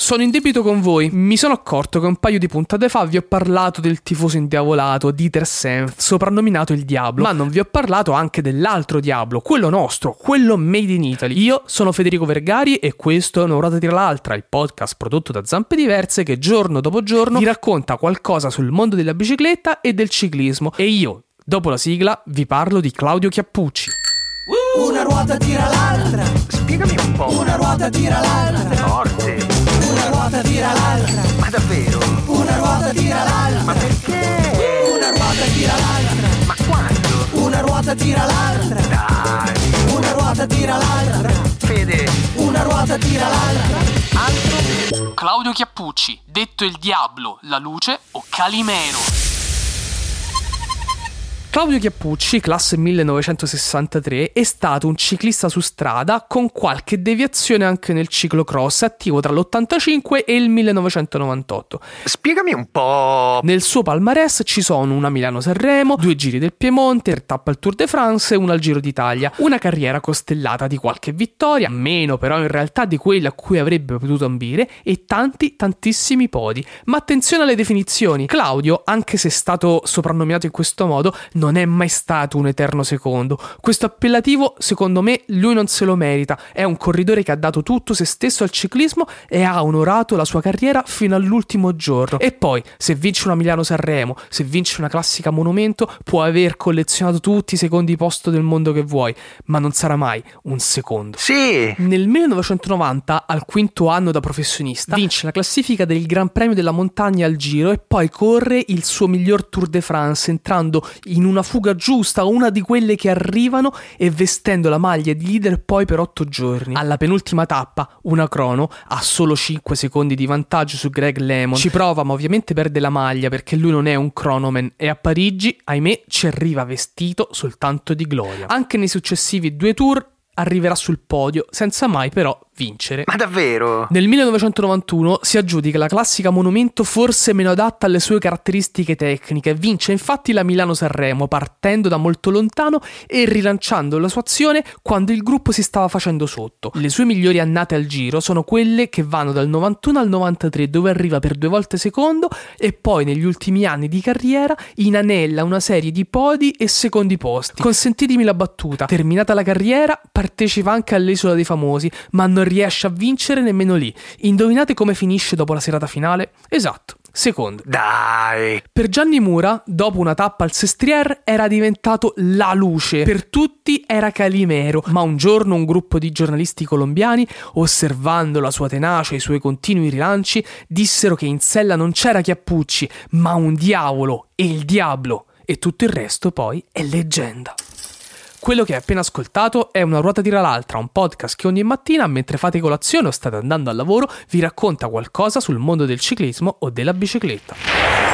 sono in debito con voi. Mi sono accorto che un paio di puntate fa vi ho parlato del tifoso indiavolato Dieter Senft, soprannominato il Diablo, ma non vi ho parlato anche dell'altro Diablo, quello nostro, quello made in Italy. Io sono Federico Vergari e questo è Una ruota tira l'altra, il podcast prodotto da Zampe Diverse che giorno dopo giorno vi racconta qualcosa sul mondo della bicicletta e del ciclismo. E io, dopo la sigla, vi parlo di Claudio Chiappucci. Una ruota tira l'altra. Spiegami un po'. Una ruota tira l'altra. Forte. Una ruota tira l'altra. Ma davvero? Una ruota tira l'altra. Ma perché? Una ruota tira l'altra. Ma quando? Una ruota tira l'altra. Dai. Una ruota tira l'altra. Fede. Una ruota tira l'altra. Altro? Claudio Chiappucci, detto il Diablo, la Luce o Calimero. Claudio Chiappucci, classe 1963, è stato un ciclista su strada con qualche deviazione anche nel ciclocross, attivo tra l'85 e il 1998. Spiegami un po'. Nel suo palmarès ci sono una Milano-Sanremo, 2 giri del Piemonte, 3 tappe al Tour de France e una al Giro d'Italia. Una carriera costellata di qualche vittoria, meno però in realtà di quelle a cui avrebbe potuto ambire, e tantissimi podi. Ma attenzione alle definizioni. Claudio, anche se è stato soprannominato in questo modo, non è mai stato un eterno secondo. Questo appellativo, secondo me, lui non se lo merita. È un corridore che ha dato tutto se stesso al ciclismo e ha onorato la sua carriera fino all'ultimo giorno. E poi, se vince una Milano-Sanremo, se vince una classica monumento, può aver collezionato tutti i secondi posto del mondo che vuoi, ma non sarà mai un secondo. Sì. Nel 1990, al 5° anno da professionista, vince la classifica del Gran Premio della Montagna al Giro e poi corre il suo miglior Tour de France, entrando in una fuga giusta, una di quelle che arrivano, e vestendo la maglia di leader poi per 8 giorni. Alla penultima tappa, una crono, ha solo 5 secondi di vantaggio su Greg LeMond. Ci prova, ma ovviamente perde la maglia perché lui non è un cronoman, e a Parigi, ahimè, ci arriva vestito soltanto di gloria. Anche nei successivi 2 tour arriverà sul podio, senza mai però vincere. Ma davvero? Nel 1991 si aggiudica la classica monumento forse meno adatta alle sue caratteristiche tecniche. Vince infatti la Milano-Sanremo partendo da molto lontano e rilanciando la sua azione quando il gruppo si stava facendo sotto. Le sue migliori annate al Giro sono quelle che vanno dal 91 al 93, dove arriva per 2 volte secondo, e poi negli ultimi anni di carriera inanella una serie di podi e secondi posti. Consentitemi la battuta: terminata la carriera partecipa anche all'Isola dei Famosi, ma non riesce a vincere nemmeno lì. Indovinate come finisce dopo la serata finale? Esatto, secondo. Dai. Per Gianni Mura, dopo una tappa al Sestriere, era diventato la luce. Per tutti era Calimero, ma un giorno un gruppo di giornalisti colombiani, osservando la sua tenacia e i suoi continui rilanci, dissero che in sella non c'era Chiappucci, ma un diavolo, e il Diablo. E tutto il resto poi è leggenda. Quello che hai appena ascoltato è Una ruota tira l'altra, un podcast che ogni mattina, mentre fate colazione o state andando al lavoro, vi racconta qualcosa sul mondo del ciclismo o della bicicletta.